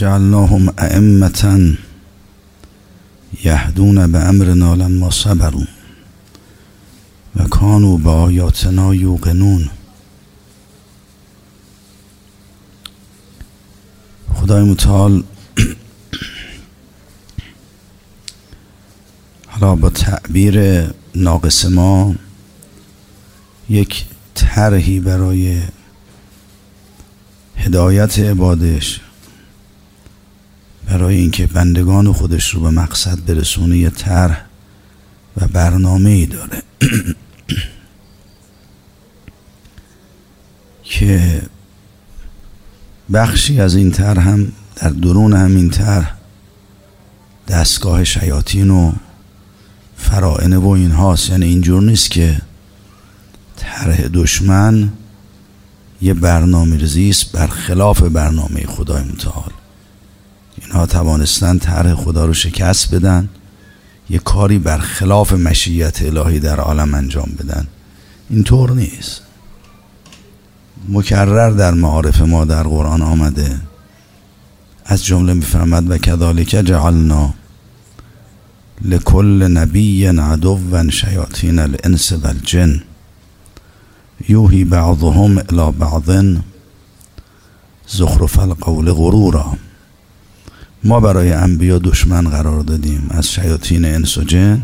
جعلناهم ائمة یهدون بامرنا لما صبروا و کانوا بآیاتنا یوقنون. خدای متعال حالا با تعبیر ناقص ما یک طرحی برای هدایت عبادش، برای اینکه بندگان خودش رو به مقصد برسونه، یه طرح و برنامه‌ای داره که بخشی از این طرح هم در درون همین طرح دستگاه شیاطین و فرائنه و این هاست. یعنی اینجور نیست که طرح دشمن یه برنامه ریزی است برخلاف برنامه خدای متعال. اینها توانستن طرح خدا رو شکست بدن، یه کاری برخلاف مشیت الهی در عالم انجام بدن. اینطور نیست. مکرر در معارف ما در قرآن آمده، از جمله میفرماد و کذالک جعلنا لکل نبی عدوا شیاطین الانس والجن یوحی بعضهم الی بعض زخرف القول غرورا. ما برای انبیا دشمن قرار دادیم از شیاطین انس و جن،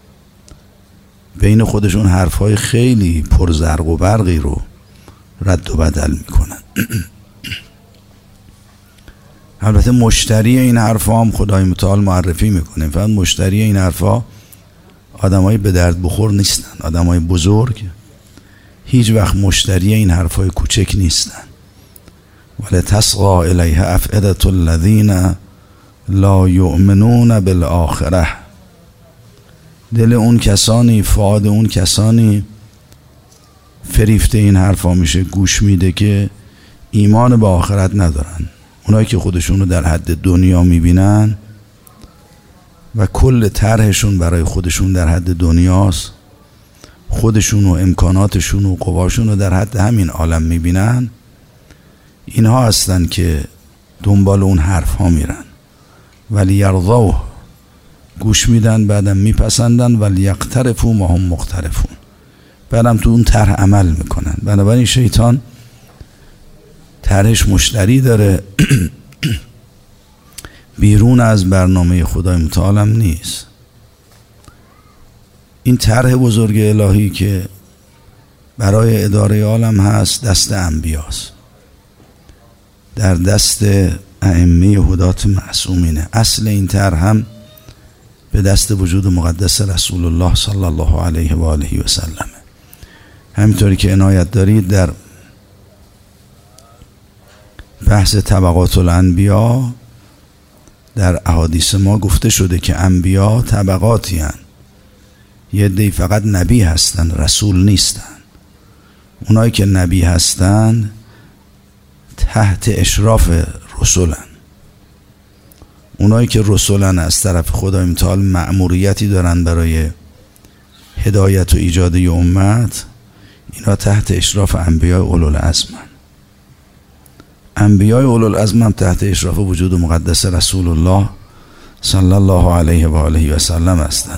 بین خودشون حرفای خیلی پرزرق و برقی رو رد و بدل میکنن. البته مشتری این حرفا هم خدای متعال معرفی میکنه. فقط مشتری این حرفا آدمای به درد بخور نیستن، آدمای بزرگ هیچ وقت مشتری این حرفای کوچک نیستن. ولتصغى الیها افئدة الذین لا یؤمنون بالآخرة. دل اون کسانی، فؤاد اون کسانی فریفته این حرفا میشه، گوش میده که ایمان به آخرت ندارن. اونایی که خودشونو در حد دنیا میبینن و کل طرحشون برای خودشون در حد دنیاست، خودشون و امکاناتشون و قواشون رو در حد همین عالم میبینن، اینها هستن که دنبال اون حرف ها میرن. ولی یرضوه، گوش میدن، بعدم میپسندن. ولی یقترفوا ما هم مقترفون، بعدم تو اون طرح عمل میکنن. بنابراین شیطان طرحش مشتری داره بیرون از برنامه خدای متعال هم نیست. این طرح بزرگ الهی که برای اداره عالم هست دست انبیاست، در دست ائمه هدات معصومینه. اصل این طرح هم به دست وجود مقدس رسول الله صلی الله علیه و آله و سلم. همینطوری که عنایت دارید در بحث طبقات الانبیا در احادیث ما گفته شده که انبیا طبقاتی هستند. یه عده‌ای فقط نبی هستن، رسول نیستن. اونایی که نبی هستن تحت اشراف رسولن. اونایی که رسولن از طرف خدای متعال مأموریتی دارن برای هدایت و ایجاد ی امت، اینا تحت اشراف انبیاء اولوالعزم. انبیاء اولوالعزم هم تحت اشراف وجود مقدس رسول الله صلی الله علیه و آله و سلم هستند.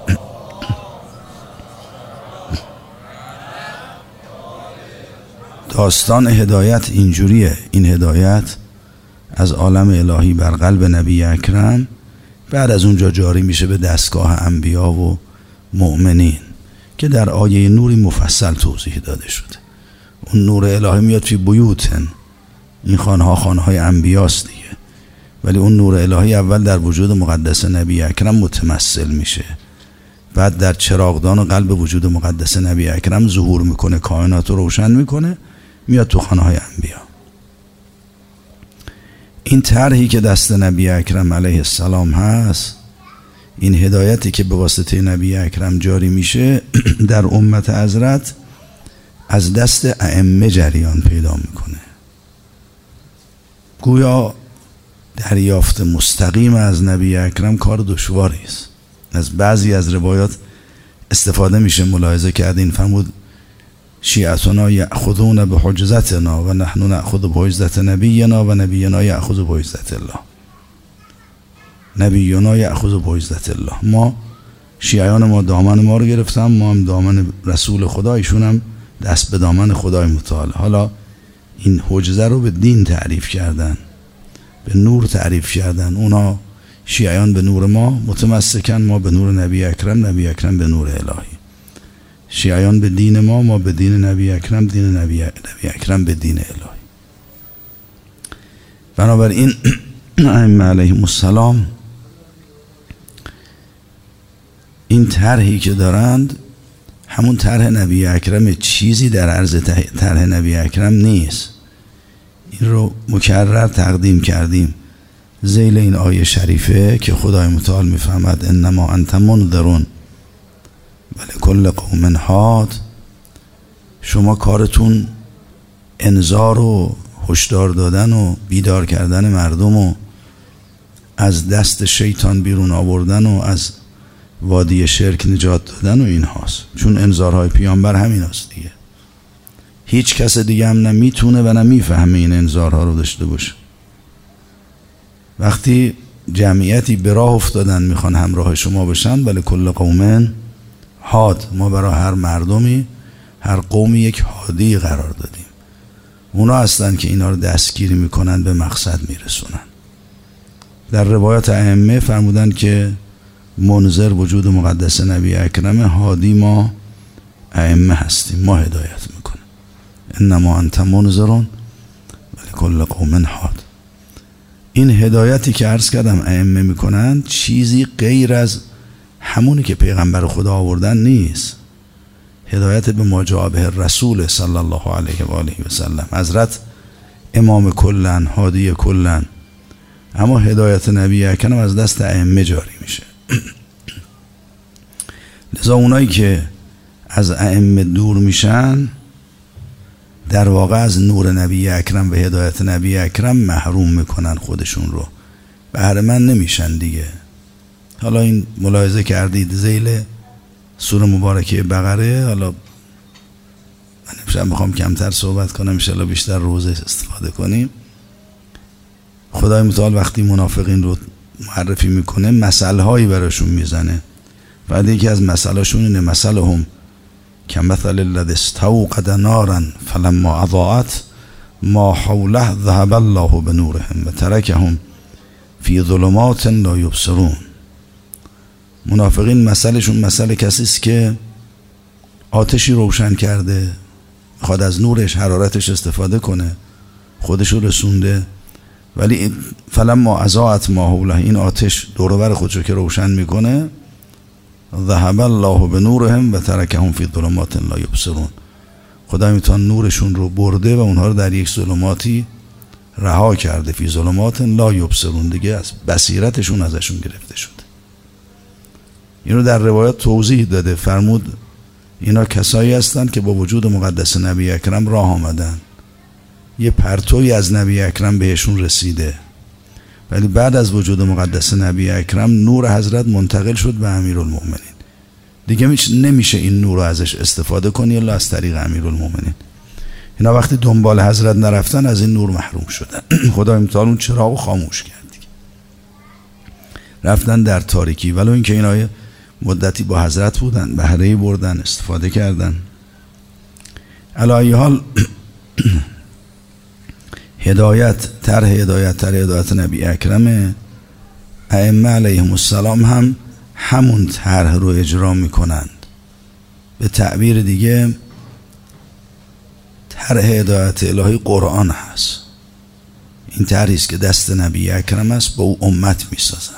داستان هدایت اینجوریه. این هدایت از عالم الهی بر قلب نبی اکرم بعد از اونجا جاری میشه به دستگاه انبیا و مؤمنین که در آیه نوری مفصل توضیح داده شده. اون نور الهی میاد توی بیوتن، این خانه‌ها خانه‌های انبیاست دیگه، ولی اون نور الهی اول در وجود مقدس نبی اکرم متمثل میشه، بعد در چراغدان و قلب وجود مقدس نبی اکرم ظهور میکنه، کائنات رو روشن میکنه، میاد تو خانه‌های انبیا. این طرحی که دست نبی اکرم علیه السلام هست، این هدایتی که به واسطه نبی اکرم جاری میشه در امت حضرت از دست ائمه جریان پیدا میکنه. گویا دریافت مستقیم از نبی اکرم کار دشواری است. از بعضی از روایات استفاده میشه، ملاحظه کردین، فرمود شیعتنا یأخذون بحجزتنا و نحن نأخذ بحجزت نبینا و نبینا یأخذ بحجزت الله. نبینا یأخذ بحجزت الله. ما شیعیان ما دامن ما رو گرفتن، ما هم دامن رسول خدا، ایشون هم دست به دامن خدای متعال. حالا این حجزه رو به دین تعریف کردن، به نور تعریف کردن. اونا شیعیان به نور ما متمسکن، ما به نور نبی اکرم، نبی اکرم به نور الهی. شیعیان به دین ما به دین نبی اکرم، دین نبی اکرم به دین الهی. بنابراین ائمه علیهم السلام این طرحی که دارند همون طرح نبی اکرم، چیزی در عرض طرح نبی اکرم نیست. این رو مکرر تقدیم کردیم ذیل این آیه شریفه که خدای متعال میفهمد انما انت منذرون ولکل قوم هاد. شما کارتون انذار و هشدار دادن و بیدار کردن مردم و از دست شیطان بیرون آوردن و از وادی شرک نجات دادن و این هاست. چون انذارهای پیامبر همین هاست دیگه. هیچ کس دیگه هم نمیتونه و نمیفهمه این انذارها رو داشته باشه. وقتی جمعیتی به راه افتادن میخوان همراه شما بشن، ولی کل قوم هاد، ما برای هر مردمی، هر قومی یک هادی قرار دادیم. اونا هستن که اینا رو دستگیری میکنن، به مقصد میرسونن. در روایات ائمه فرمودن که منذر وجود مقدس نبی اکرم، هادی ما ائمه هستیم، ما هدایت میکنیم. انما انت منذرون ولکل قوم هاد. این هدایتی که عرض کردم ائمه میکنن چیزی غیر از همونی که پیغمبر خدا آوردن نیست. هدایت به ما جاء به رسول صلی الله علیه و آله و سلم، حضرت امام کلن، هادی کلن. اما هدایت نبی اکرم از دست ائمه جاری میشه. لذا اونایی که از ائمه دور میشن در واقع از نور نبی اکرم و هدایت نبی اکرم محروم میکنن خودشون رو، بهره مند نمیشن دیگه. حالا این ملاحظه کردید ذیل سوره مبارکه بقره. حالا من امشب میخوام کمتر صحبت کنم، انشاءالله بیشتر روزه استفاده کنیم. خدای متعال وقتی منافقین رو معرفی میکنه مثل هایی براشون میزنه. بعد یکی از مثلاشون اینه مثلهم کمثل الذی استوقد نارا فلما اضاءت ما حوله ذهب الله بنورهم و ترکهم فی ظلمات لا یبصرون. منافقین مثلشون مثل کسی است که آتشی روشن کرده، میخواد از نورش، حرارتش استفاده کنه، خودشو رسونده، ولی فلما اضاءت ما حوله، این آتش دور و بر خودشو که روشن میکنه، ذهب الله بنورهم و ترکهم فی ظلمات لا یبصرون. خدا میتونه نورشون رو برده و اونها رو در یک ظلماتی رها کرده، فی ظلمات لا یبصرون، دیگه از بصیرتشون ازشون گرفته شده. اینو در روایات توضیح داده، فرمود اینا کسایی هستن که با وجود مقدس نبی اکرم راه آمدن، یه پرتوی از نبی اکرم بهشون رسیده، ولی بعد از وجود مقدس نبی اکرم نور حضرت منتقل شد به امیرالمؤمنین. دیگه نمیشه این نور رو ازش استفاده کنی الا از طریق امیرالمؤمنین. اینا وقتی دنبال حضرت نرفتن از این نور محروم شدن. خدای متعال اون چراغو خاموش کرد دیگه. رفتن در تاریکی، ولو اینکه اینا مدتی با حضرت بودن، بهره‌ای بردن، استفاده کردن. علی ای حال طرح هدایت نبی اکرم، ائمه علیهم السلام هم همون طرح رو اجرا میکنند. به تعبیر دیگه طرح هدایت الهی قرآن هست. این طرحی است که دست نبی اکرم است، با او امت میسازند.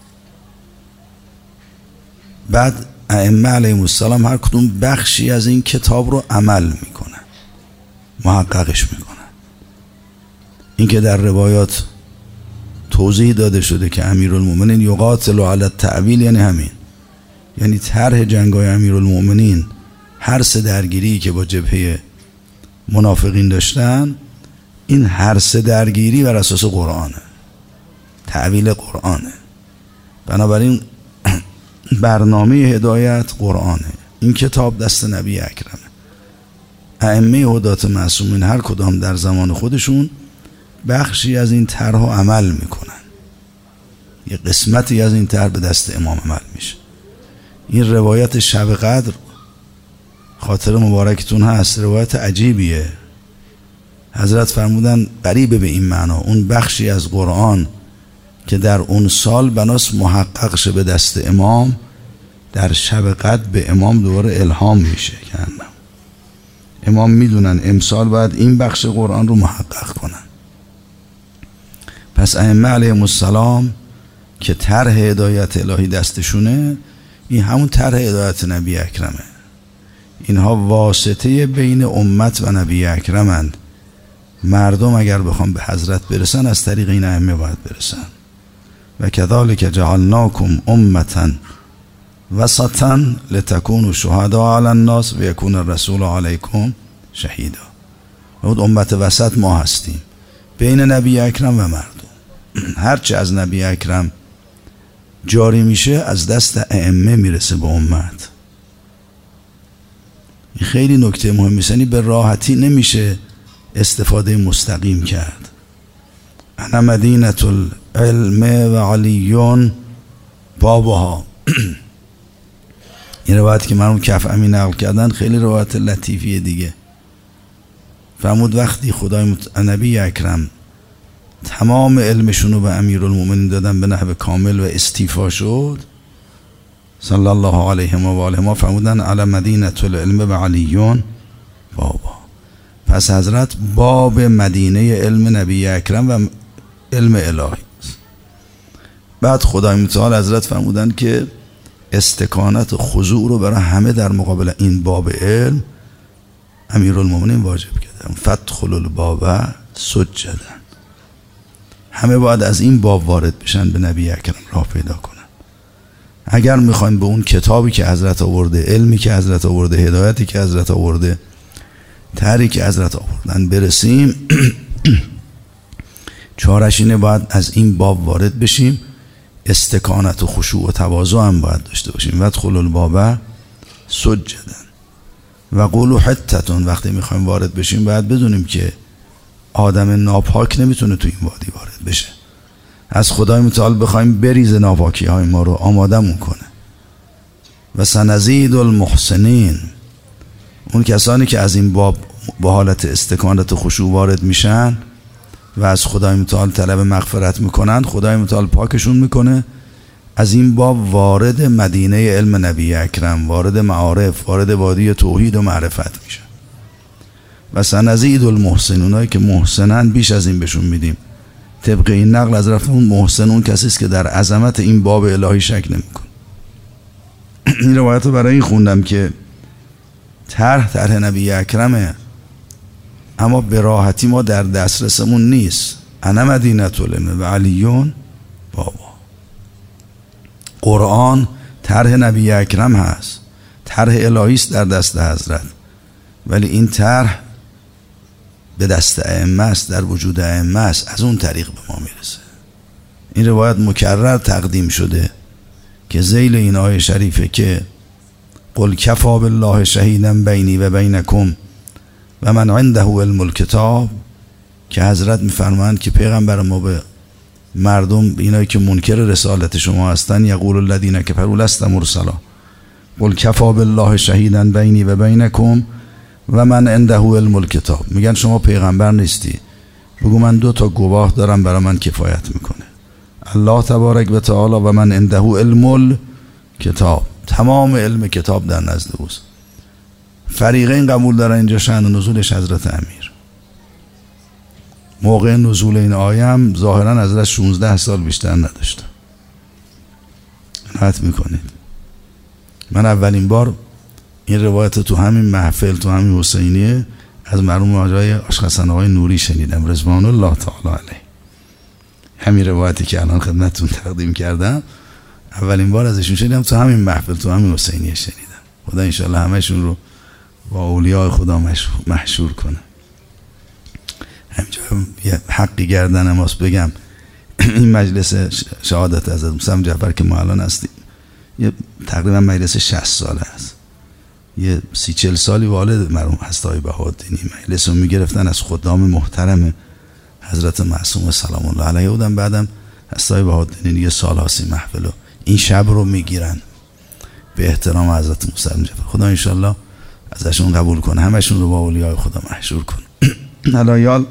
بعد ائمه علیهم السلام هر کدوم بخشی از این کتاب رو عمل میکنن، محققش میکنن. این که در روایات توضیح داده شده که امیرالمؤمنین یقاتل علی التأویل، یعنی همین، یعنی طرح جنگای امیرالمؤمنین، هر سه درگیری که با جبهه منافقین داشتن، این هر سه درگیری بر اساس قرآنه، تأویل قرآنه. بنابراین برنامه هدایت قرآنه، این کتاب دست نبی اکرمه. ائمه هدات معصومین هر کدام در زمان خودشون بخشی از این طرح عمل میکنن، یه قسمتی از این طرح به دست امام عمل میشه. این روایت شب قدر خاطر مبارکتون هست، روایت عجیبیه. حضرت فرمودن قریبه به این معنا، اون بخشی از قرآن که در اون سال بناس محقق شه به دست امام، در شب قدر به امام دوباره الهام میشه که امام میدونن امسال باید این بخش قرآن رو محقق کنن. پس ائمه علیهم السلام که طرح هدایت الهی دستشونه، این همون طرح هدایت نبی اکرمه. اینها واسطه بین امت و نبی اکرمند. مردم اگر بخوام به حضرت برسن از طریق این ائمه باید برسن. و کذالک جعلناکم امة وسطا لتکونوا شهداء علی الناس و یکون الرسول علیکم شهیدا. اون امت وسط ما هستیم بین نبی اکرم و مردم. هرچه از نبی اکرم جاری میشه از دست ائمه میرسه به امت. این خیلی نکته مهمی است، به راحتی نمیشه استفاده مستقیم کرد. انا مدینه العلم و علیون بابها. این روایت که مرحوم کفعمی نقل کردن خیلی روایت لطیفیه دیگه. فرمود وقتی خدای نبی اکرم تمام علمشونو به امیرالمومنین دادن به نحو کامل و استیفا شد صلی الله علیه و آله، ما فرمودن علی مدینه العلم و علیون بابا. پس حضرت باب مدینه علم نبی اکرم و علم الهی. بعد خدای متعال حضرت فرمودن که استکانت و خضوع رو برای همه در مقابل این باب علم امیرالمومنین واجب کردن. فادخلوا الباب سجدا. همه باید از این باب وارد بشن به نبی اکرم راه پیدا کنن. اگر میخوایم به اون کتابی که حضرت آورده، علمی که حضرت آورده، هدایتی که حضرت آورده، طرحی که حضرت آوردن برسیم، چارش اینه باید از این باب وارد بشیم. استکانت و خشوع و تواضع هم باید داشته باشیم. وادخلوا الباب سجدا و قولوا حطة. وقتی میخوایم وارد بشیم باید بدونیم که آدم ناپاک نمیتونه تو این وادی وارد بشه. از خدای متعال بخوایم بریز ناپاکی های ما رو آمادمون کنه. و سنزید المحسنین. اون کسانی که از این باب با حالت استکانت و خشوع وارد میشن و از خدای متعال طلب مغفرت میکنن، خدای متعال پاکشون میکنه، از این باب وارد مدینه علم نبی اکرم، وارد معارف، وارد وادی توحید و معرفت میشه. و سنزید المحسنین. اونایی که محسنن بیش از این بهشون میدیم. طبق این نقل از رفتمون محسن اون کسی است که در عظمت این باب الهی شک نمیکنه. این روایت رو برای این خوندم که طرح نبی اکرمه، اما به راحتی ما در دسترسمون نیست. انا مدینه العلم و علیون بابا. قرآن طرح نبی اکرم هست، طرح الهی است در دست حضرت، ولی این طرح به دست ائمه است، در وجود ائمه است، از اون طریق به ما میرسه. این روایت مکرر تقدیم شده که ذیل این آیه شریفه که قل کفا بالله شهیدا بینی و بینکم و من عنده علم الکتاب، که حضرت میفرمایند که پیغمبر ما به مردم، اینایی که منکر رسالت شما هستن، یقول الذین کفروا لست مرسلا قل کفا بالله شهیدا بینی و بینکم و من عنده علم الکتاب، میگن شما پیغمبر نیستی، بگو من 2 تا گواه دارم برای من کفایت میکنه، الله تبارک و تعالی و من عنده علم الکتاب. تمام علم کتاب در نزد اوست. فریقین قبول دارن اینجا شأن نزولش حضرت امیر. موقع نزول این آیه هم ظاهرا حضرت 16 سال بیشتر نداشتن. قطع میکنید. من اولین بار این روایت تو همین محفل، تو همین حسینیه، از مرحوم آقای آشقسن آقای نوری شنیدم رضوان الله تعالی علیه. همین روایتی که الان خدمتتون تقدیم کردم اولین بار ازشون شنیدم، تو همین محفل، تو همین حسینیه شنیدم. خدا انشالله همشون رو با اولیاء خدا محشور کنه. همینجا یه حقی گردن ماست بگم این مجلس شهادت حضرت موسی جعفر که ما الان هستیم، یه تقریبا مجلس 60 ساله است. یه 30-40 سالی والد مرحوم هستای بهاءالدینی مجلس رو میگرفتن از خدام محترم حضرت معصوم سلام الله علیه بودن. بعدم هستای بهاءالدینی یه سال هاسی محفل و این شب رو میگیرن به احترام حضرت موسی بن جعفر. خدا انشالله ازشون قبول کنه، همشون رو با اولیاء خدا محشور کنه. علایال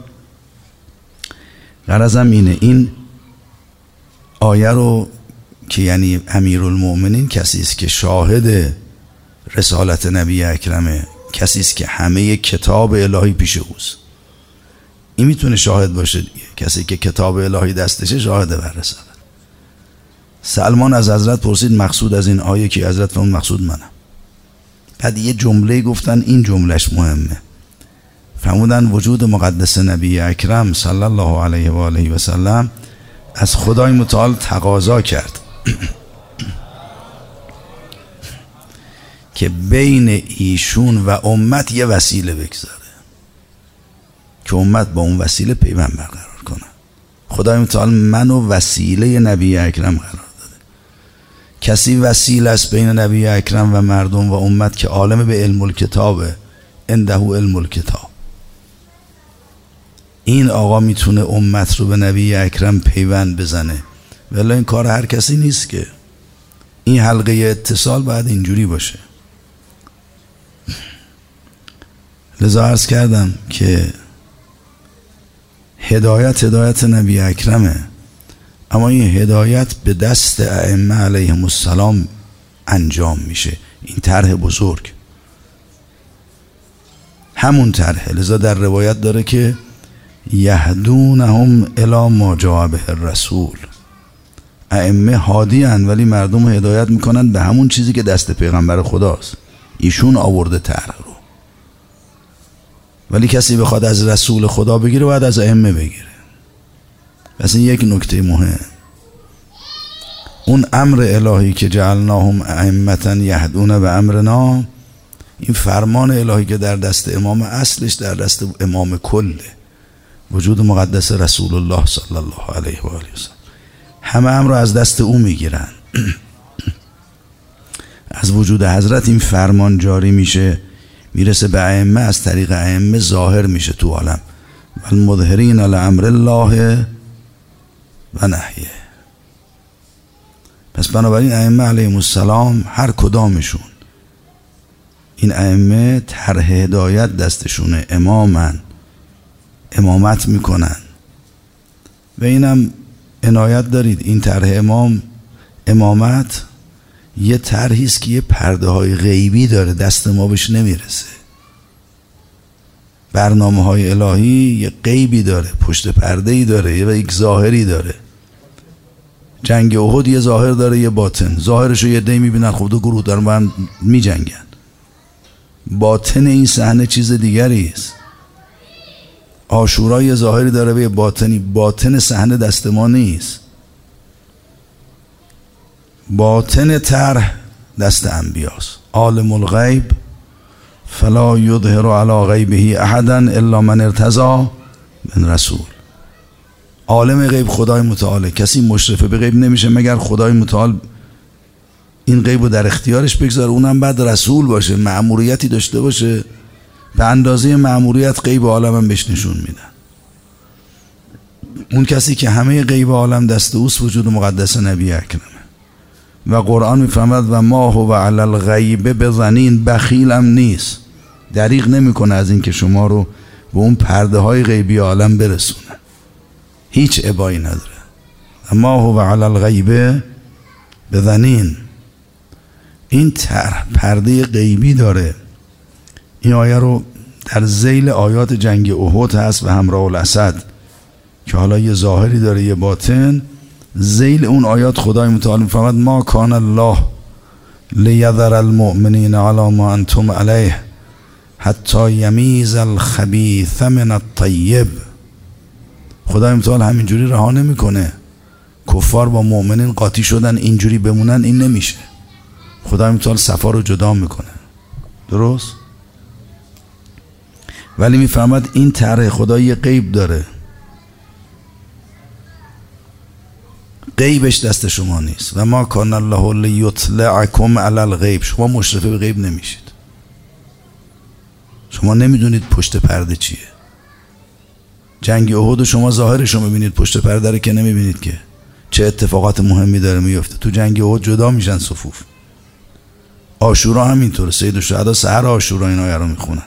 غرضم اینه، این آیه رو که یعنی امیرالمؤمنین کسی است که شاهد رسالت نبی اکرمه، کسی است که همه کتاب الهی پیش اوست. این میتونه شاهد باشه دیگه. کسی که کتاب الهی دستشه شاهد بر رسالت. سلمان از حضرت پرسید مقصود از این آیه که حضرت فرمود مقصود منم. بعد یه جمله گفتن، این جملهش مهمه. فرمودن وجود مقدس نبی اکرم صلی الله علیه و آله و سلم از خدای متعال تقاضا کرد که بین ایشون و امت یه وسیله بگذاره که امت با اون وسیله پیوند برقرار کنه. خدای متعال منو وسیله نبی اکرم قرار داده. کسی وسیله است بین نبی اکرم و مردم و امت که عالم به علم الکتابه، عنده علم الکتاب. این آقا میتونه امت رو به نبی اکرم پیوند بزنه، ولی این کار هر کسی نیست که. این حلقه اتصال باید اینجوری باشه. لذا عرض کردم که هدایت نبی اکرمه، اما این هدایت به دست ائمه علیهم السلام انجام میشه. این طرح بزرگ همون طرحه. لذا در روایت داره که یهدونهم الی ما جاء به الرسول، ائمه هادی ان ولی مردم رو هدایت میکنن به همون چیزی که دست پیغمبر خداست. ایشون آورده طرح رو، ولی کسی بخواد از رسول خدا بگیره باید از ائمه بگیره. پس این یک نکته مهم. اون امر الهی که جعلناهم ائمة یهدون به امرنا، این فرمان الهی که در دست امام، اصلش در دست امام کله، وجود مقدس رسول الله صلی الله علیه و آله و سلم. همه امر رو از دست او میگیرن. از وجود حضرت این فرمان جاری میشه، میرسه به ائمه، از طریق ائمه ظاهر میشه تو عالم. والمظهرین لامر الله و نهیه. پس بنابراین ائمه علیهم السلام هر کدامشون، این ائمه طرح هدایت دستشونه، امامن، امامت میکنن. و اینم عنایت دارید، این طرح امامت یه طرحی است که یه پرده های غیبی داره، دست ما بهش نمیرسه. برنامه های الهی یه غیبی داره، پشت پرده ای داره، یک ظاهری داره. جنگ احد یه ظاهر داره یه باطن. ظاهرشو یه دی میبینن خب دو گروه دارن با هم میجنگن، باطن این صحنه چیز دیگری است. عاشورا یه ظاهری داره به باطنی، باطن صحنه دست ما نیست. باطن طرح دست انبیاست. عالم الغیب فلا یظهر علی غیبه احدا الا من ارتضی من رسول. عالم غیب خدای متعاله، کسی مشرف به غیب نمیشه مگر خدای متعال این غیب رو در اختیارش بگذاره، اونم بعد رسول باشه، مأموریتی داشته باشه، به اندازه مأموریت غیب عالم هم بهش نشون میدن. اون کسی که همه غیب عالم دست اوست وجود مقدس نبی اکرمه. و قرآن میفرماد و ما هو علی الغیب بظنین، بخیل هم نیست، دریغ نمیکنه از این که شما رو به اون پرده های غیبی عالم برسونه، هیچ ابایی نداره. ما هو علی الغیب بظنین، این پرده غیبی داره. این آیه رو در ذیل آیات جنگ احد هست و همراه الاسد که حالا یه ظاهری داره یه باطن. ذیل اون آیات خدای متعال میفرماد ما کان الله لیذر المؤمنین علی ما انتم علیه حتی یمیز الخبیث من الطیب. خدای متعال همینجوری رها نمیکنه. کفار با مؤمنین قاطی شدن اینجوری بمونن، این نمیشه. خدای متعال صفا رو جدا میکنه، درست؟ ولی میفهمد این طرح خدا یه غیب داره، غیبش دست شما نیست. و ما کان الله لیطلعکم علی الغیب، شما مشرف به غیب نمیشید. شما نمیدونید پشت پرده چیه. جنگ احد شما ظاهرش رو میبینید، پشت پرده رو که نمیبینید که چه اتفاقات مهمی داره میفته. تو جنگ احد جدا میشن صفوف. عاشورا همینطوره، سید الشهدا سحر عاشورا این آیه رو میخونن.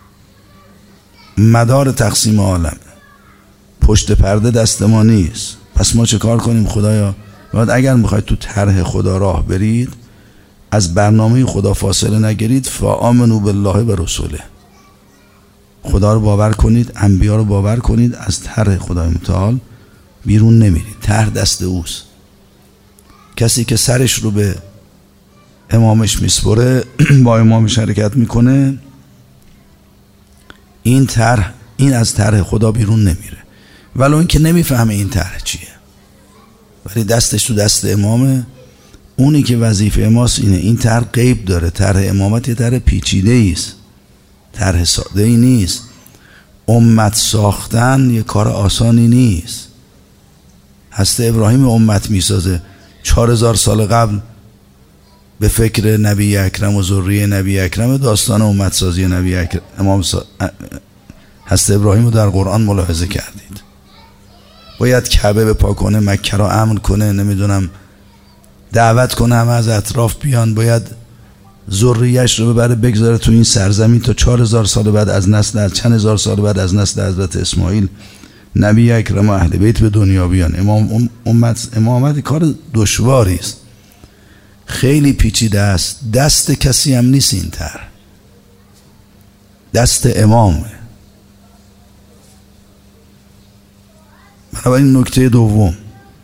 مدار تقسیم عالم پشت پرده دست ما نیست. پس ما چه کار کنیم خدایا؟ باید اگر میخواید تو طرح خدا راه برید، از برنامه خدا فاصله نگیرید. فآمنوا بالله و رسوله، خدا رو باور کنید، انبیا رو باور کنید، از طرح خدای متعال بیرون نمیرید. طرح دست اوست. کسی که سرش رو به امامش میسپره با امامش حرکت میکنه، این از طرح خدا بیرون نمیره، ولو اینکه نمیفهمه این طرح چیه، ولی دستش تو دست امامه. اونی که وظیفه ماست اینه. این طرح غیب داره. طرح امامت یه طرح پیچیده است، طرح ساده ای نیست. امت ساختن یه کار آسانی نیست. هسته ابراهیم امت میسازه. 4000 سال قبل به فکر نبی اکرم و ذریه نبی اکرم داستان امت سازی نبی اکرم هسته ابراهیم رو در قرآن ملاحظه کردید. باید کعبه بپا کنه، مکه رو امن کنه، نمیدونم دعوت کنه همه از اطراف بیان، باید ذریه‌اش رو ببره بگذاره تو این سرزمین تا 4000 سال بعد از چند هزار سال بعد از نسل حضرت اسماعیل نبی اکرم و اهل بیت به دنیا بیان. امامت کار دشواری است، خیلی پیچیده است. دست کسی هم نیست این طرح، دست امامه. بنابراین نکته دوم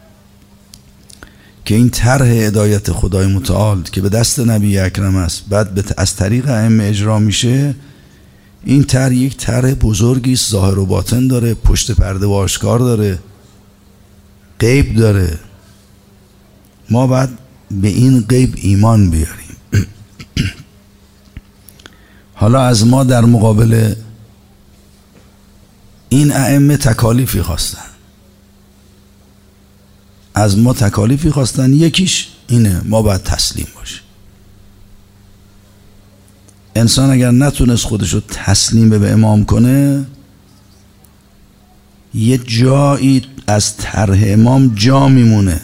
که این طرح هدایت خدای متعال که به دست نبی اکرم است، بعد از طریق ائمه اجرا میشه، این طرح یک طرح بزرگی است، ظاهر و باطن داره، پشت پرده و آشکار داره، غیب داره. ما باید به این غیب ایمان بیاریم. حالا از ما در مقابل این ائمه تکالیفی خواستن، از ما تکالیفی خواستن. یکیش اینه، ما باید تسلیم باشیم. انسان اگر نتونست خودشو تسلیم به امام کنه، یه جایی از طرح امام جا میمونه.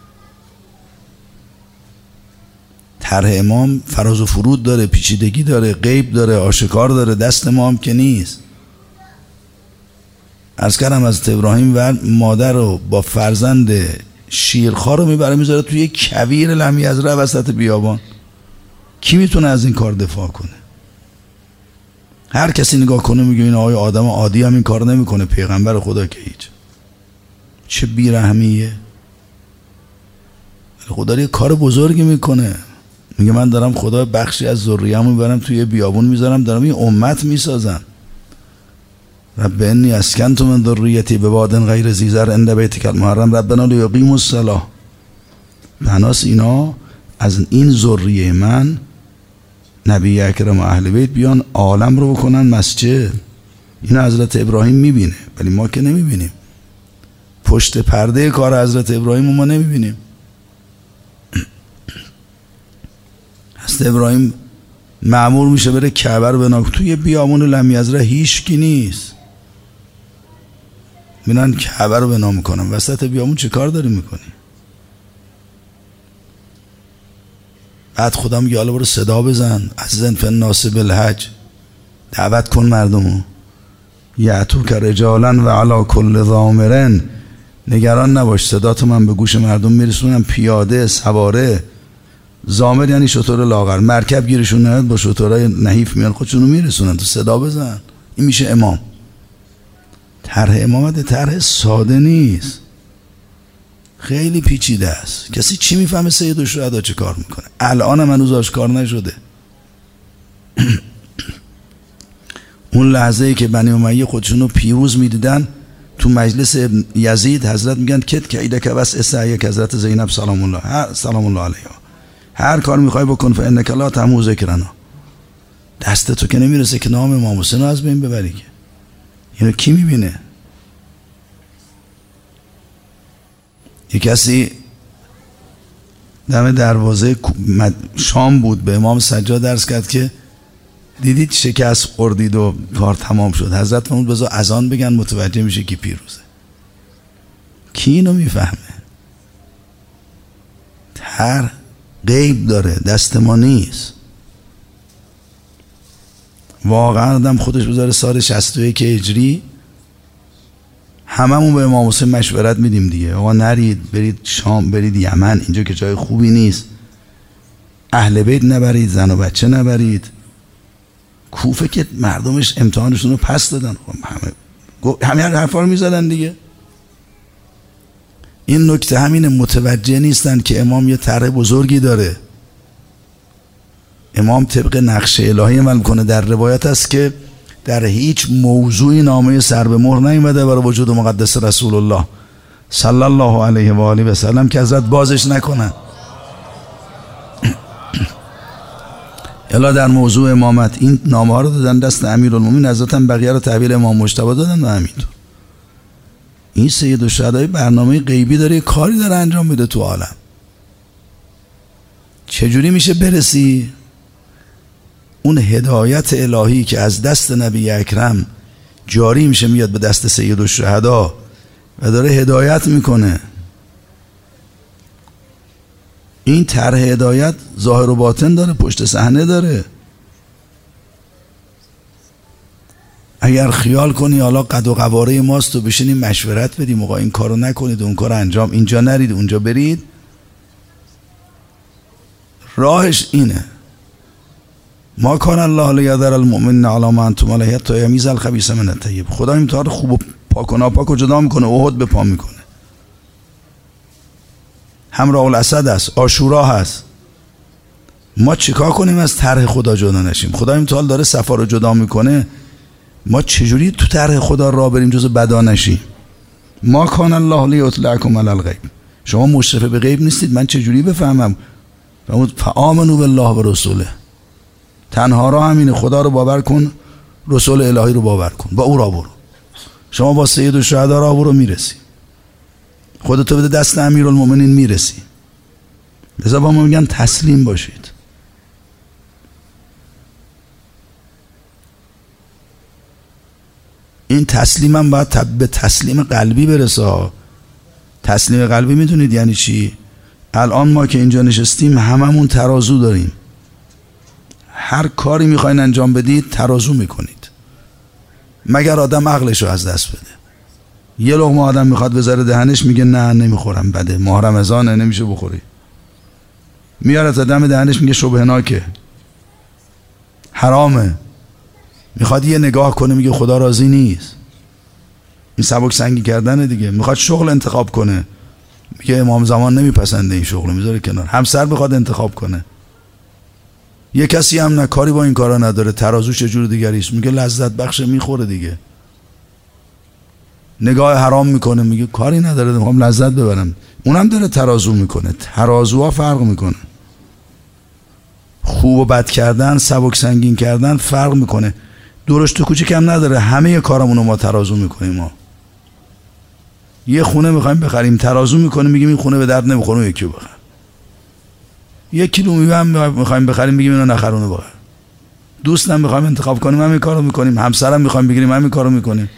طرح امام فراز و فرود داره، پیچیدگی داره، غیب داره، آشکار داره، دست ما هم که نیست. عرض کردم از ابراهیم و مادر رو با فرزند شیرخوار رو میبره میذاره توی یک کویر لمیزره وسط بیابان. کی میتونه از این کار دفاع کنه؟ هر کسی نگاه کنه میگه این آقای آدم عادی هم این کار نمیکنه، پیغمبر خدا که هیچ. چه بیرحمیه. خدا یه کار بزرگی میکنه، میگه من دارم خدا بخشی از ذریه‌مو میبرم توی بیابون میذارم، دارم این امت میسازم. رب انی اسکنت من ذریتی بواد غیر ذی زرع عند بیتک المحرم ربنا لیقیموا الصلاة. بناس اینا از این ذریه من نبی اکرم و اهل بیت بیان عالم رو بکنن مسجد. این حضرت ابراهیم میبینه ولی ما که نمیبینیم. پشت پرده کار حضرت ابراهیم ما نمیبینیم. حضرت ابراهیم مأمور میشه بره کعبه رو بنا کنه. توی بیابون لمیزره هیچ کی نیست، میرن کعبه رو بنا میکنن. وسط بیابون چه کار داری میکنی؟ بعد خدا میگه حالا برو صدا بزن، اذن فی الناس بالحج، دعوت کن مردمو. یأتوک رجالا و علی کل ضامر، نگران نباش، صدات من به گوش مردم میرسونم، پیاده، سواره. ضامر یعنی شتر لاغر، مرکب گیرشون نمیاد، با شترهای نحیف میان خودشونو میرسونن. تو صدا بزن. این میشه امام. طرح امامت طرح ساده نیست، خیلی پیچیده است. کسی چی میفهمه سید الشهدا چه کار میکنه؟ الان هم هنوز آشکار نشده. اون لحظه ای که بنی امیه خودشونو پیروز میدیدن تو مجلس یزید، حضرت میگن کت که ایده که بس اسعیه که حضرت زینب سلام الله علیها، هر کار میخوای بکن فانک لا تمو ذکرنا. دست تو که نمیرسه که نام امام حسین رو از بین ببری. که اینو کی میبینه؟ یک کسی دم دروازه شام بود، به امام سجاد درس کرد که دیدید شکست خوردید و کار تمام شد، حضرت فرمود بذار اذان بگن متوجه میشه کی پیروزه. کی اینو میفهمه؟ هر غیب داره، دست ما نیست. واقعا آدم خودش بذاره سال 61 هجری هممون به امام حسین مشورت میدیم دیگه، آقا نرید، برید شام، برید یمن، اینجا که جای خوبی نیست، اهل بیت نبرید، زن و بچه نبرید. کوفه که مردمش امتحانشون رو پس دادن، همه حرفا رو میزدن دیگه. این نکته همینه، متوجه نیستن که امام یه طرح بزرگی داره. امام طبق نقشه الهی عمل کنه. در روایت است که در هیچ موضوعی نامه سر به مهر نیامده برای وجود مقدس رسول الله صلی الله علیه و آله و سلم که حضرت بازش نکنن. الا در موضوع امامت این نامه ها رو دادن دست امیرالمومنین، حضرت هم بقیه رو تحویل امام مجتبی دادن و همینطور. این سید الشهدای برنامه غیبی داره، کاری داره انجام میده تو عالم. چجوری میشه برسی؟ اون هدایت الهی که از دست نبی اکرم جاری میشه میاد به دست سید الشهدا و داره هدایت میکنه. این طرح هدایت ظاهر و باطن داره، پشت صحنه داره. اگر خیال کنی حالا قد و قواره ماست و بشینیم مشورت بدیم آقا این کارو نکنید، اون کارو انجام، اینجا نرید اونجا برید، راهش اینه: ما کان الله لیذر المؤمنین علی ما انتم علیه حتی یمیز الخبیث من الطیب. خدا امتحان خوب و پاک و ناپاک رو جدا میکنه، احد به پا میکنه. همراه الاسد هست، عاشورا هست. ما چیکار کنیم از طرح خدا جدا نشیم؟ خدا امتحان داره صفا رو جدا میکنه، ما چجوری تو طرح خدا راه بریم جز بدا نشیم؟ ما کان الله لیطلعکم علی الغیب. شما مشرف به غیب نیستید، من چجوری بفهمم؟ فآمنوا بالله و رسوله. تنها راه همینه، خدا رو باور کن، رسول الهی رو باور کن، با او راه برو. شما با سید الشهدا راه برو، میرسی. خودتو بده دست امیرالمومنین، میرسی. لذا با ما میگن تسلیم باشید. این تسلیم هم باید به تسلیم قلبی برسه. تسلیم قلبی میدونید یعنی چی؟ الان ما که اینجا نشستیم هممون ترازو داریم. هر کاری میخواین انجام بدید ترازو میکنید، مگر آدم عقلش رو از دست بده. یه لقمه آدم میخواد بذاره دهنش، میگه نه نمیخورم، بده، ماه رمضانه نمیشه بخوری. میاره تا دم دهنش، میگه شبهناکه، حرامه. میخواد یه نگاه کنه، میگه خدا راضی نیست. این سبک سنگی کردنه دیگه. میخواد شغل انتخاب کنه، میگه امام زمان نمیپسنده این شغل، میذاره کنار. همسر میخواد انتخاب کنه، یه کسی هم نه کاری با این کارا نداره، ترازوش یه جور دیگریست، میگه لذت بخشه، میخوره دیگه. نگاه حرام میکنه، میگه کاری نداره، میخوام لذت ببرم. اونم داره ترازو میکنه. ترازوها فرق میکنه. خوب و بد کردن، سبک سنگین کردن فرق میکنه. درشت و کوچیک هم نداره، همه کارمونو ما ترازو میکنیم. ما یه خونه میخوایم بخریم، ترازو میکنیم، میگیم این خونه به درد نمیخوره، اون یکی رو بخر. 1 کیلو میوه هم میخوایم بخریم، میگیم اینو نخر، اونو بخر. دوستم میخوایم انتخاب کنیم، همین کارو میکنیم. همسرم میخوایم بگیریم، همین کارو میکنیم.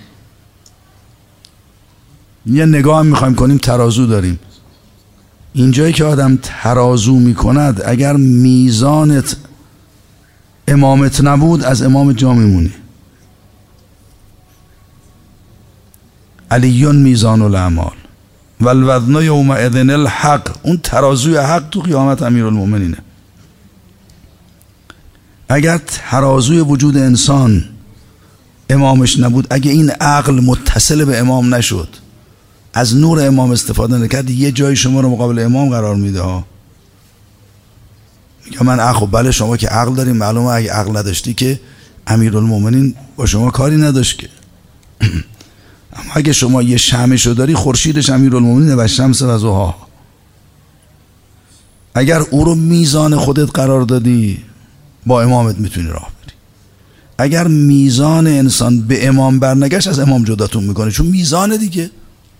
یه نگاه هم میخوایم کنیم، ترازو داریم. اینجایی که آدم ترازو میکند، اگر میزانت امامت نبود، از امام جا میمونی. علیون میزان الاعمال والوزن یومئذ الحق. اون ترازوی حق تو قیامت امیرالمومنینه. اگر ترازوی وجود انسان امامش نبود، اگه این عقل متصل به امام نشد، از نور امام استفاده نکرد، یه جای شما رو مقابل امام قرار میده ها. میگه من عقل، بله شما که عقل داریم، معلومه اگه عقل نداشتی که امیرالمومنین با شما کاری نداشت که. اما اگه شما یه شمعشو داری، خورشیدش امیرالمومنین و شمس و ضحاها. اگر او رو میزان خودت قرار دادی، با امامت میتونی راه بری. اگر میزان انسان به امام برنگشت، از امام جداتون میکنه، چون میزان دیگه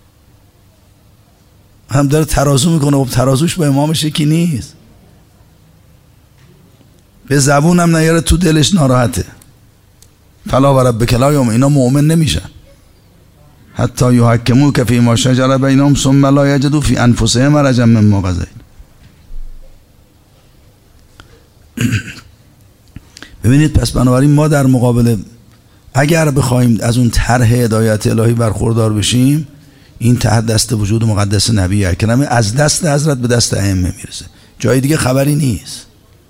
هم داره ترازو میکنه و ترازوش با امامش یکی نیست. به زبونم نیاره تو دلش ناراحته. فلا و ربک لا یؤمنون، اینا مؤمن نمیشن حتی یحکموک فیما شجر بینهم ثم لا یجدوا فی انفسهم حرجا مما قضیت. ببینید، پس بنابراین ما در مقابل اگر بخوایم از اون طرح هدایت الهی برخوردار بشیم، این تحت دست وجود مقدس نبی اکرم، از دست حضرت به دست ائمه میرسه، جای دیگه خبری نیست.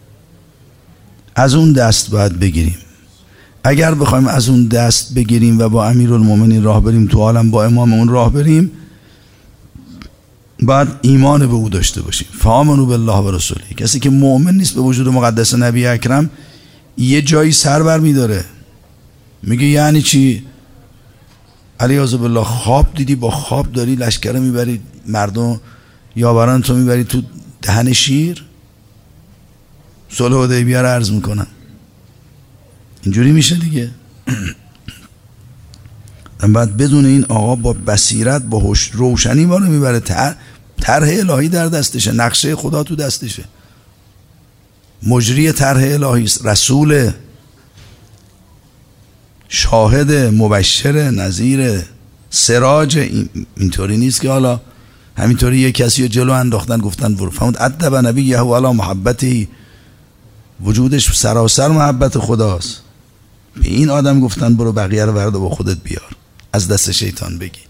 از اون دست باید بگیریم. اگر بخوایم از اون دست بگیریم و با امیرالمومنین راه بریم تو عالم، با اماممون راه بریم، باید ایمان به او داشته باشیم. فآمنوا بالله و رسوله. کسی که مؤمن نیست به وجود مقدس نبی اکرم، یه جایی سر بر میداره، میگه یعنی چی؟ علیاذ بالله خواب دیدی، با خواب داری لشکر میبری، مردم یاوران تو میبری تو دهن شیر. صلح حدیبیه رو عرض میکنم، اینجوری میشه دیگه. بعد بدون این آقا با بصیرت، با هوش، روشنی ما رو میبره. طرح الهی در دستشه، نقشه خدا تو دستشه، مجری طرح الهی است، رسول، شاهد، مبشر، نذیر، سراج. اینطوری نیست که حالا همینطوری یه کسی رو جلو انداختن گفتن برو. فهمت ادب نبیه علی محبتی، وجودش سراسر محبت خداست. به این آدم گفتن برو بقیه رو ورد با خودت بیار، از دست شیطان بگی.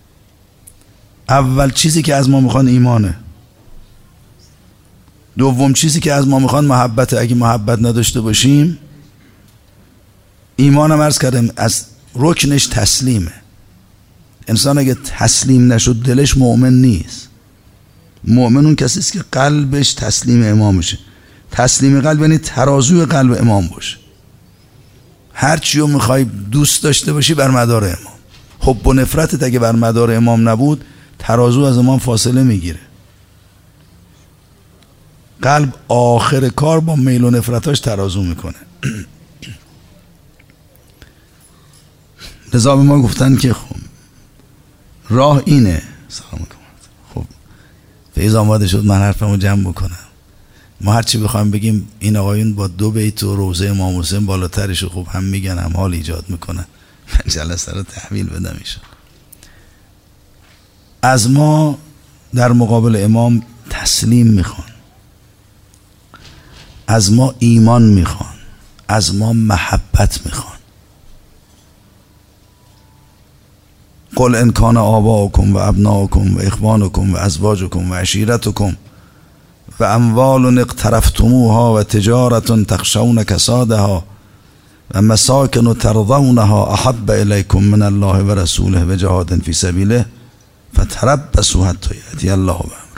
اول چیزی که از ما میخوان ایمانه. دوم چیزی که از ما میخوان محبت. اگه محبت نداشته باشیم، ایمانم عرض کردم از رکنش تسلیمه. انسان اگه تسلیم نشد دلش مؤمن نیست. مؤمن اون کسی است که قلبش تسلیم امام بشه. تسلیم قلب یعنی ترازوی قلب امام باشه. هر چی رو میخوای دوست داشته باشی بر مدار امام. حب و نفرتت اگه بر مدار امام نبود، ترازو از امام فاصله میگیره. قلب آخر کار با میل و نفرتاش ترازو میکنه. لذا به ما گفتن که خب راه اینه. سلام کنم. خب فیض آماده شد من حرفمو جمع بکنم. ما هرچی بخوایم بگیم این آقایون با 2 بیت و روضه امام حسین بالاترش خوب هم میگن، هم حال ایجاد میکنن. من جلسه رو تحویل بدم ایشان. از ما در مقابل امام تسلیم میخوان، از ما ایمان میخوان، از ما محبت میخوان. قل ان کان آباؤکم و ابناؤکم و اخوانکم و ازواجکم و عشیرتکم و اموال اقترفتموها و تجارت تخشون کسادها و مساکن ترضونها احب الیکم من الله و رسوله و جهاد فی سبیله فتربصوا حتی یأتی الله بامره.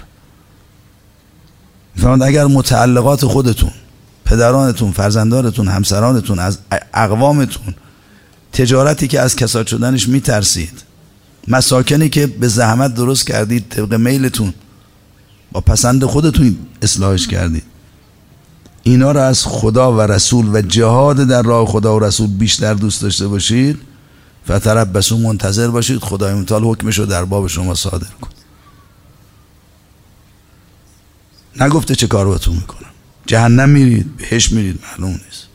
فرمود اگر متعلقات خودتون، پدرانتون، فرزندانتون، همسرانتون، از اقوامتون، تجارتی که از کساد شدنش میترسید، مساکنی که به زحمت درست کردید طبق میلتون، با پسند خودتون اصلاحش کردید، اینا رو از خدا و رسول و جهاد در راه خدا و رسول بیشتر دوست داشته باشید، فتربصوا، منتظر باشید خدای متعال حکمش رو در باب شما صادر کن. نگفته چه کار باتون میکنم، جهنم میرید، بهش میرید، معلوم نیست.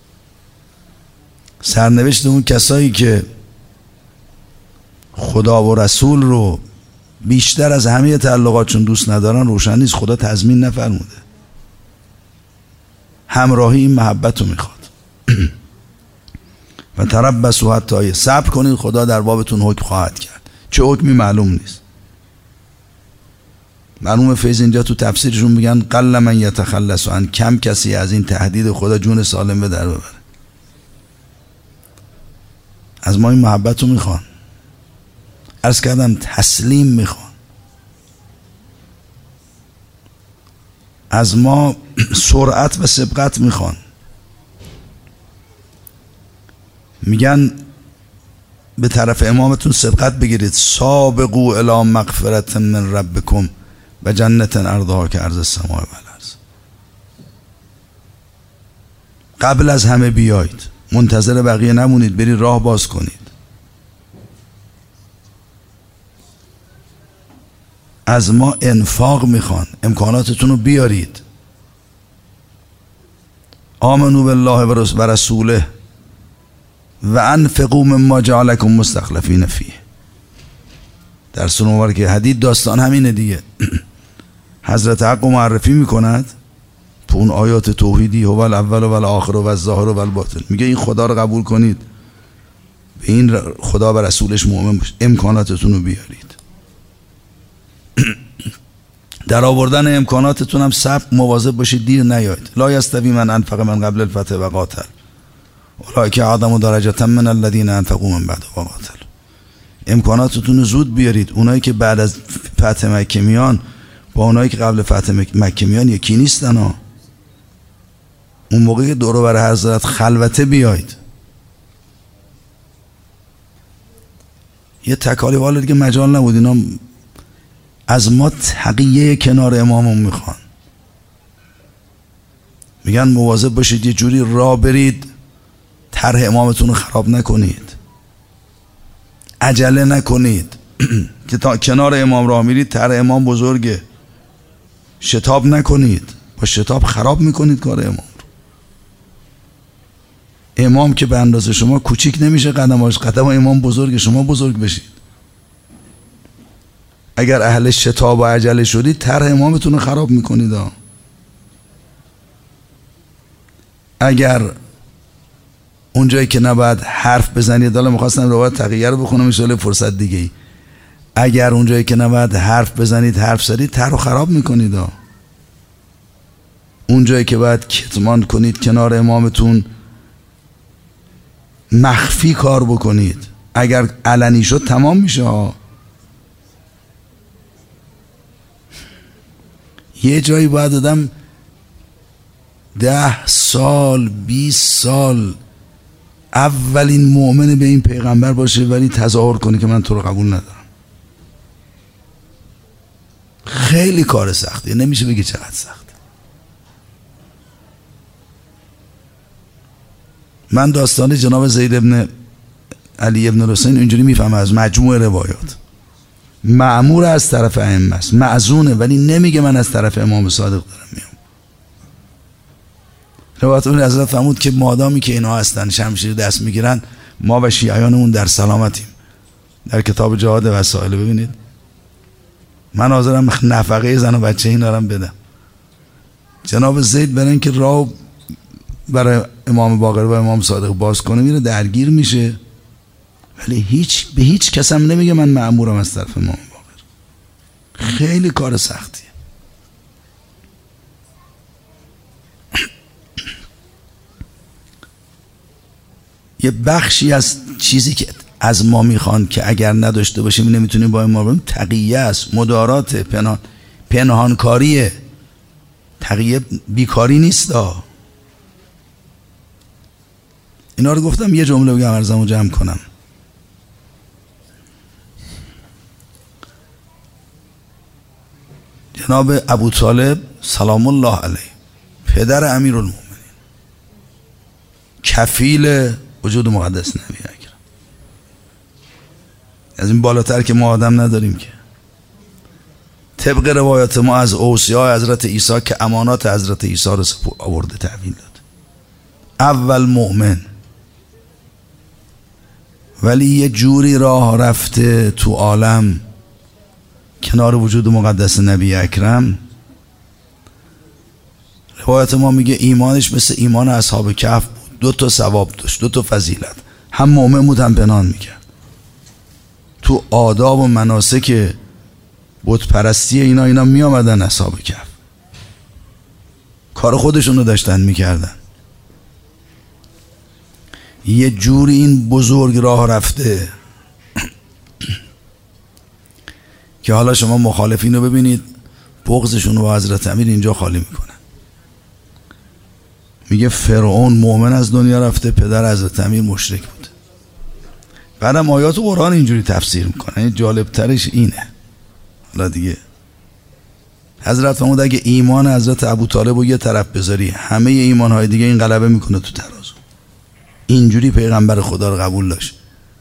سرنوشت اون کسایی که خدا و رسول رو بیشتر از همه تعلقاتشون دوست ندارن روشن نیست. خدا تضمین نفرموده. همراهی این محبت رو میخواد. و تربصوا حتی، صبر کنید خدا در بابتون حکم خواهد کرد. چه حکمی معلوم نیست. مرحوم فیض اینجا تو تفسیرشون میگن قل من یتخلص عن، کم کسی از این تهدید خدا جون سالم به در ببره. از ما این محبت رو میخوان. عرض کردم تسلیم میخوان. از ما سرعت و سبقت میخوان. میگن به طرف امامتون سبقت بگیرید. سابقوا الی مغفرة من ربکم و جنت عرضها کعرض السماء والارض. قبل از همه بیایید، منتظر بقیه نمونید، برید راه باز کنید. از ما انفاق میخوان. امکاناتتون رو بیارید. آمنوا بالله و رسوله و انفقوا مما جعلکم مستخلفین فیه. در سوره مبارکه حدید داستان همینه دیگه. حضرت حق معرفی میکند تو اون آیات توحیدی، هو الاول و الاخر و الظاهر و الباطن، میگه این خدا رو قبول کنید، به این خدا و رسولش مؤمن باشید، امکاناتتون رو بیارید. در آوردن امکاناتتون هم صبر، مواظب باشید دیر نیایید. لا یستوی من انفق من قبل الفتح و قاتل اولئک اعظم درجة من الذین انفقوا من بعد و قاتل. امکاناتتون رو زود بیارید. اونایی که بعد از فتح مکه میان با اونایی که قبل فتح مکه میان یکی نیستن ها. اون موقعی که دور و بر حضرت خلوته بیاید. یه تکالیف حالا دیگه مجال نبود، اینا از ما تقیه کنار امامون میخوان. میگن مواظب باشید یه جوری راه برید طرح امامتون رو خراب نکنید، عجله نکنید که تا کنار امام راه میرید طرح امام بزرگه، شتاب نکنید، با شتاب خراب میکنید کار امام رو. امام که به اندازه شما کوچیک نمیشه قدماش، قدم امام بزرگه، شما بزرگ بشید. اگر اهل شتاب و عجله شدید طرح امامتون رو خراب میکنید ها. اگر اونجایی که نباید حرف بزنید، حالا میخواستم روایت تقیه رو بخونم ان شاءالله فرصت دیگه ای. اگر اونجایی که نباید حرف بزنید حرف زدید طرح رو خراب میکنید ها. اونجایی که باید کتمان کنید کنار امامتون مخفی کار بکنید، اگر علنی شد تمام میشه ها. یه جایی باید آدم 10 سال 20 سال اولین مؤمن به این پیغمبر باشه ولی تظاهر کنه که من تو رو قبول ندارم. خیلی کار سختیه، نمیشه بگی چقدر سخت. من داستان جناب زید ابن علی ابن حسین اینجوری میفهمم از مجموع روایات. مأمور از طرف ائمه است، معزونه، ولی نمیگه من از طرف امام صادق دارم میام. روایت اون حضرت فرمود که مادامی که اینا هستن شمشیر دست میگیرن، ما و شیعیانمون در سلامتیم. در کتاب جهاد وسائل ببینید، من حاضرم نفقه زن و بچه اینا رو بدم. جناب زید برای اینکه راه برای امام باقر و امام صادق باز کنه میره درگیر میشه، ولی به هیچ کس هم نمیگه من مأمورم از طرف امام باقر. خیلی کار سختیه. یه بخشی از چیزی که از ما میخوان که اگر نداشته باشیم نمیتونیم با امام بریم، تقیه است، مدارات، پنهانکاریه. تقیه بیکاری نیست ها. اینا رو گفتم یه جمله بگم عرضمو جمع کنم. جناب ابو طالب سلام الله علیه، پدر امیرالمومنین، کفیل وجود مقدس نبی اکرم، از این بالاتر که ما آدم نداریم که. طبق روایات ما از اوصیاء حضرت عیسی که امانات حضرت عیسی رو آورده تحویل داد، اول مؤمن، ولی یه جوری راه رفته تو عالم کنار وجود مقدس نبی اکرم. روایت ما میگه ایمانش مثل ایمان اصحاب کهف بود، 2 تا ثواب داشت، 2 تا فضیلت، هم مؤمن بود هم پنهان میکرد. تو آداب و مناسک بت پرستی اینا می آمدن اصحاب کهف، کار خودشونو داشتن میکردن. یه جوری این بزرگ راه رفته که حالا شما مخالفین رو ببینید بغضشون رو با حضرت امیر اینجا خالی میکنن. میگه فرعون مؤمن از دنیا رفته، پدر حضرت امیر مشرک بود. بعدم آیات قرآن اینجوری تفسیر میکنن. جالب ترش اینه. حالا دیگه حضرت فرمود اگه ایمان حضرت ابو طالب رو یه طرف بذاری، همه ایمانهای دیگه این غلبه میکنه تو ترازو. اینجوری پیغمبر خدا رو قبول داشت.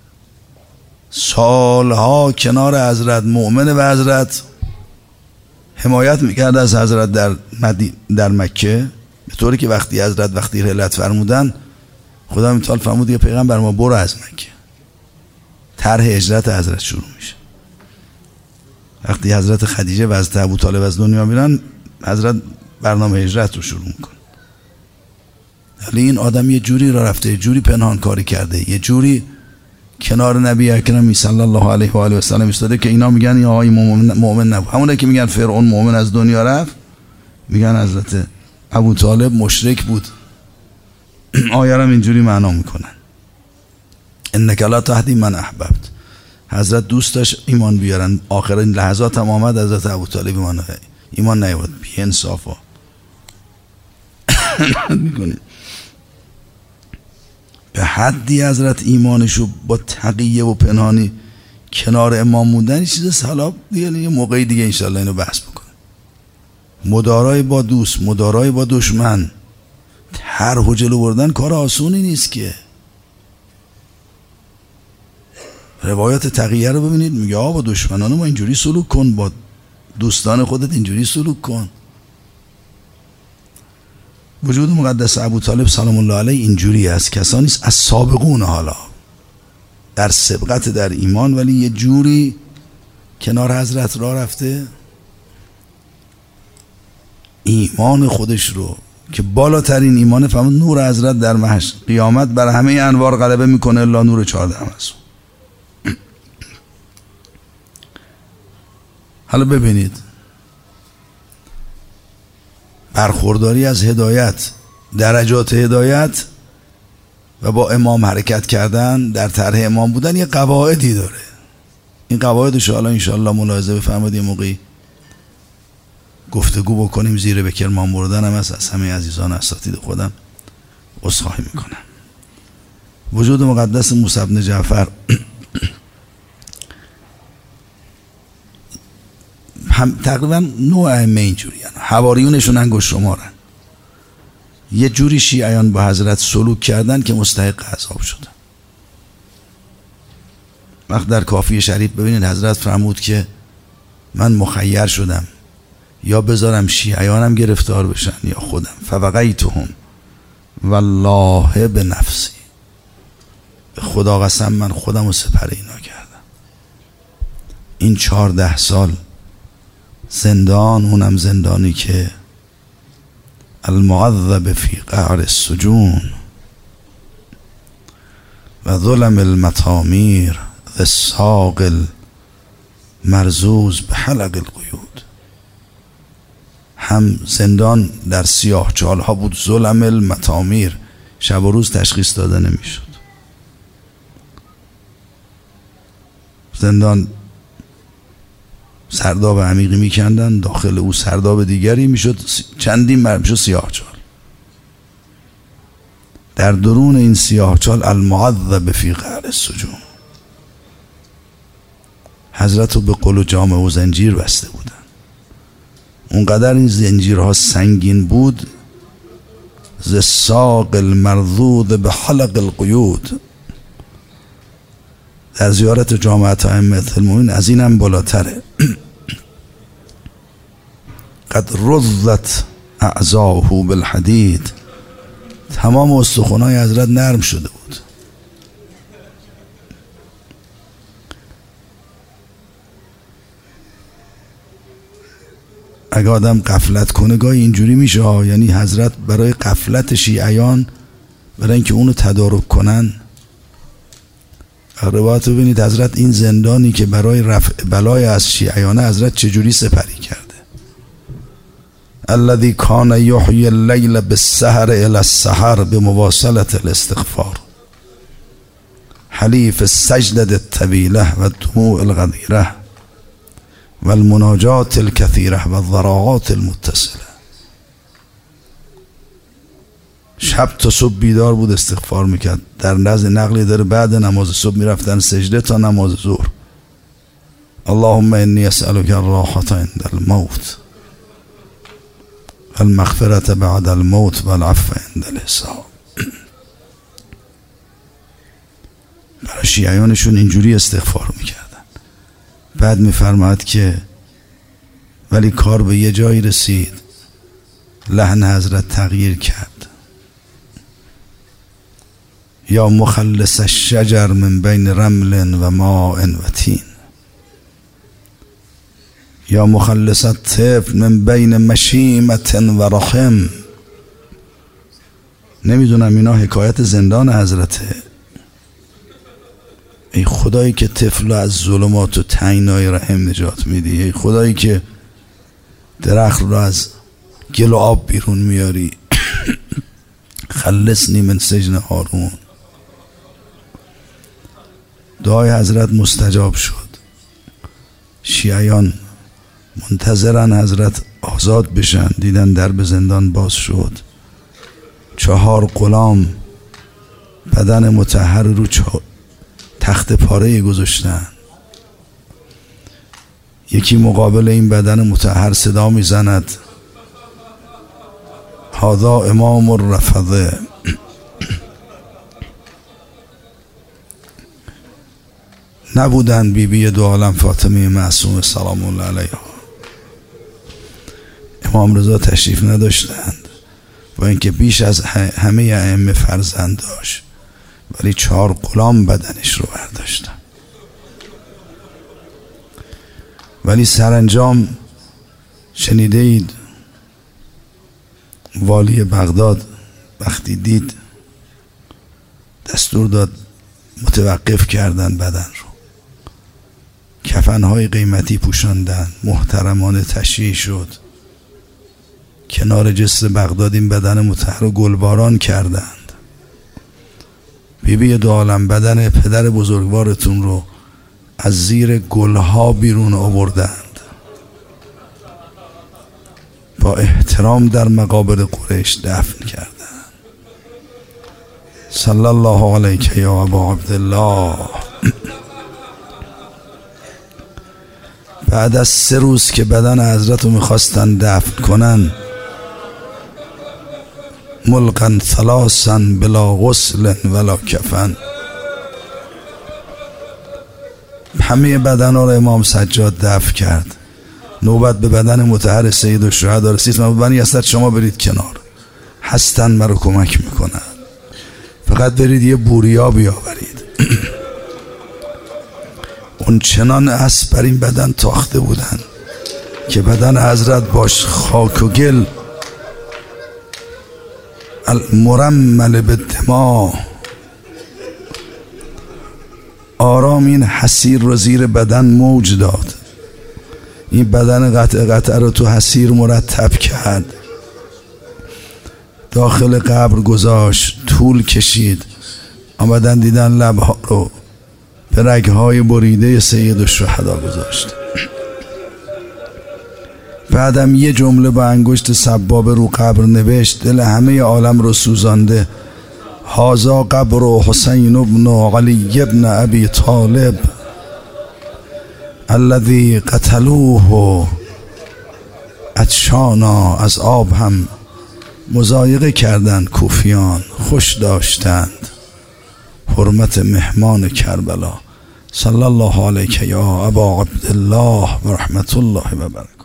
سالها کنار حضرت، مؤمن به حضرت، حمایت میکرد از حضرت در مکه. به طوری که وقتی رحلت فرمودن خدا متعال فرمود یه پیغمبر ما برو از مکه. طرح هجرت حضرت شروع میشه. وقتی حضرت خدیجه و حضرت ابوطالب از دنیا میرن حضرت برنامه هجرت رو شروع میکنه. ولی این آدم یه جوری را رفته، یه جوری پنهان کاری کرده، یه جوری کنار نبی اکرم صلی الله علیه و آله و سلم ایستاده که اینا میگن این آقای مؤمن نبود. همونه که میگن فرعون مؤمن از دنیا رفت، میگن حضرت ابوطالب مشرک بود. آیه رو اینجوری معنا میکنن انک لا تهدی من احببت. حضرت دوست داشت ایمان بیارن، آخرین لحظات هم آمد حضرت ابوطالب ایمان نیاورد. بی انصافا میکنید به حدی حضرت ایمانشو با تقیه و پنهانی کنار امام موندن چیز سلام دیگه. یه موقعی دیگه انشالله اینو بحث بکنه. مدارای با دوست، مدارای با دشمن، طرح و جلو بردن کار آسونی نیست که. روایات تقیه رو ببینید، میگه با دشمنان ما اینجوری سلوک کن، با دوستان خودت اینجوری سلوک کن. وجود مقدس ابوطالب سلام الله علیه اینجوری است. کسانی است از سابقون حالا در سبقت در ایمان، ولی یه جوری کنار حضرت راه رفته ایمان خودش رو که بالاترین ایمان فهمید نور حضرت در محشر قیامت بر همه انوار غلبه میکنه الا نور 14 است. حالا ببینید برخورداری از هدایت، درجات هدایت و با امام حرکت کردن، در طرح امام بودن یه قواعدی داره. این قواعدش حالا انشاءالله ملاحظه بفرمایید، یه موقعی گفتگو بکنیم. زیر به کرمان بردن هم از همه عزیزان اساتید خودم عذرخواهی میکنم. وجود مقدس موسی بن جعفر هم تقریبا نوع ائمه اینجوری حواریونشون انگشت شمارن. یه جوری شیعیان با حضرت سلوک کردن که مستحق عذاب شدن. وقت در کافی شریف ببینید حضرت فرمود که من مخیر شدم یا بذارم شیعیانم گرفتار بشن یا خودم. فوقیتهم والله به نفسی، به خدا قسم من خودم رو سپر اینا کردم. این 14 سال زندان، اونم زندانی که المعذب فی قعر السجون و ظلم المطامیر ذی الساق المرزوز به حلق القیود. هم زندان در سیاه چال ها بود، ظلم المطامیر، شب و روز تشخیص داده نمیشد. زندان سرداب عمیقی میکندن، داخل او سرداب دیگری میشد، چندین میشد سیاه چال. در درون این سیاه چال المعذب فی قعر السجون، حضرت رو به قل و جامه و زنجیر بسته بودن. اونقدر این زنجیرها سنگین بود، ذی الساق المرضود به حلق القیود. در زیارت جامعت ائمه المؤمنین از این هم بالاتره. قد رضت اعضاءه بالحدید، تمام استخوان‌های حضرت نرم شده بود. اگه آدم غفلت کنه گاهی اینجوری میشه، یعنی حضرت برای غفلت شیعیان، برای اینکه اونو تدارک کنن. روایت رو ببینید حضرت این زندانی که برای رفع بلای از شیعیانه حضرت چجوری سپری کرده. الذي كان يحيي الليل بالسحر الى السحر بمواصله الاستغفار حلیف السجدة الطویلة و الدموع الغدیره و المناجات الكثیره و الضراعات المتصله. شب تا صبح بیدار بود استغفار میکرد. در نزد نقلی داره بعد نماز صبح میرفتن سجده تا نماز ظهر. اللهم انی اسألک الراحة عند الموت و المغفرة بعد الموت و العفو عند الحساب. برای شیعیانشون اینجوری استغفار میکردن. بعد میفرماد که ولی کار به یه جایی رسید لحن حضرت تغییر کرد. یا مخلص الشجر من بین رمل و ماء و تین، یا مخلص الطفل من بین مشیمة و رحم. نمیدونم اینا حکایت زندان حضرته. ای خدایی که طفل از ظلمات و تنگنای رحم نجات میدی، ای خدایی که درخت رو از گل و آب بیرون میاری. خلصنی من سجن هارون. دعای حضرت مستجاب شد. شیعیان منتظرن حضرت آزاد بشن، دیدن درب زندان باز شد. 4 غلام بدن مطهر رو تخت پاره گذاشتن. یکی مقابل این بدن مطهر صدا میزند هذا امام الرفضه. نبودن بیبی دو عالم فاطمه معصومه سلام الله علیها. امام رضا تشریف نداشتند، با اینکه بیش از همه ائمه فرزند داشت، ولی 4 غلام بدنش رو برداشتن. ولی سرانجام شنیده اید والی بغداد وقتی دید دستور داد متوقف کردن بدن رو، کفنهای قیمتی پوشاندن، محترمانه تشییع شد. کنار جسر بغداد این بدن مطهر رو گلباران کردند. بیبی دو عالم بدن پدر بزرگوارتون رو از زیر گلها بیرون آوردند، با احترام در مقابر قریش دفن کردند. صلی الله علیک یا ابا عبدالله. بعد از 3 روز که بدن حضرت رو میخواستن دفن کنن، ملقا 3 بلا غسل ولا کفن، همه بدن رو امام سجاد دفن کرد. نوبت به بدن مطهر سید الشهدا رسید. بنی اسد شما برید کنار، هستن مرا کمک میکنن، فقط برید یه بوریا بیاورید. اون چنان اسب بر این بدن تاخته بودن که بدن حضرت باش خاک و گل المرمل بالدماء آرام این حسیر رو زیر بدن موج داد. این بدن قطعه رو تو حسیر مرتب کرد، داخل قبر گذاشت، طول کشید. آمدن دیدن لبها رو به رگهای بریده سید الشهدا گذاشت. بعدم یه جمله با انگشت سبابه رو قبر نوشت، دل همه عالم رو سوزانده. هذا قبر حسین بن علی بن ابی طالب الذی قتلوه عطشانا. از آب هم مضایقه کردند کوفیان، خوش داشتند حرمت مهمان کربلا. صلی الله علیک یا ابا عبدالله و رحمت الله و برکاته.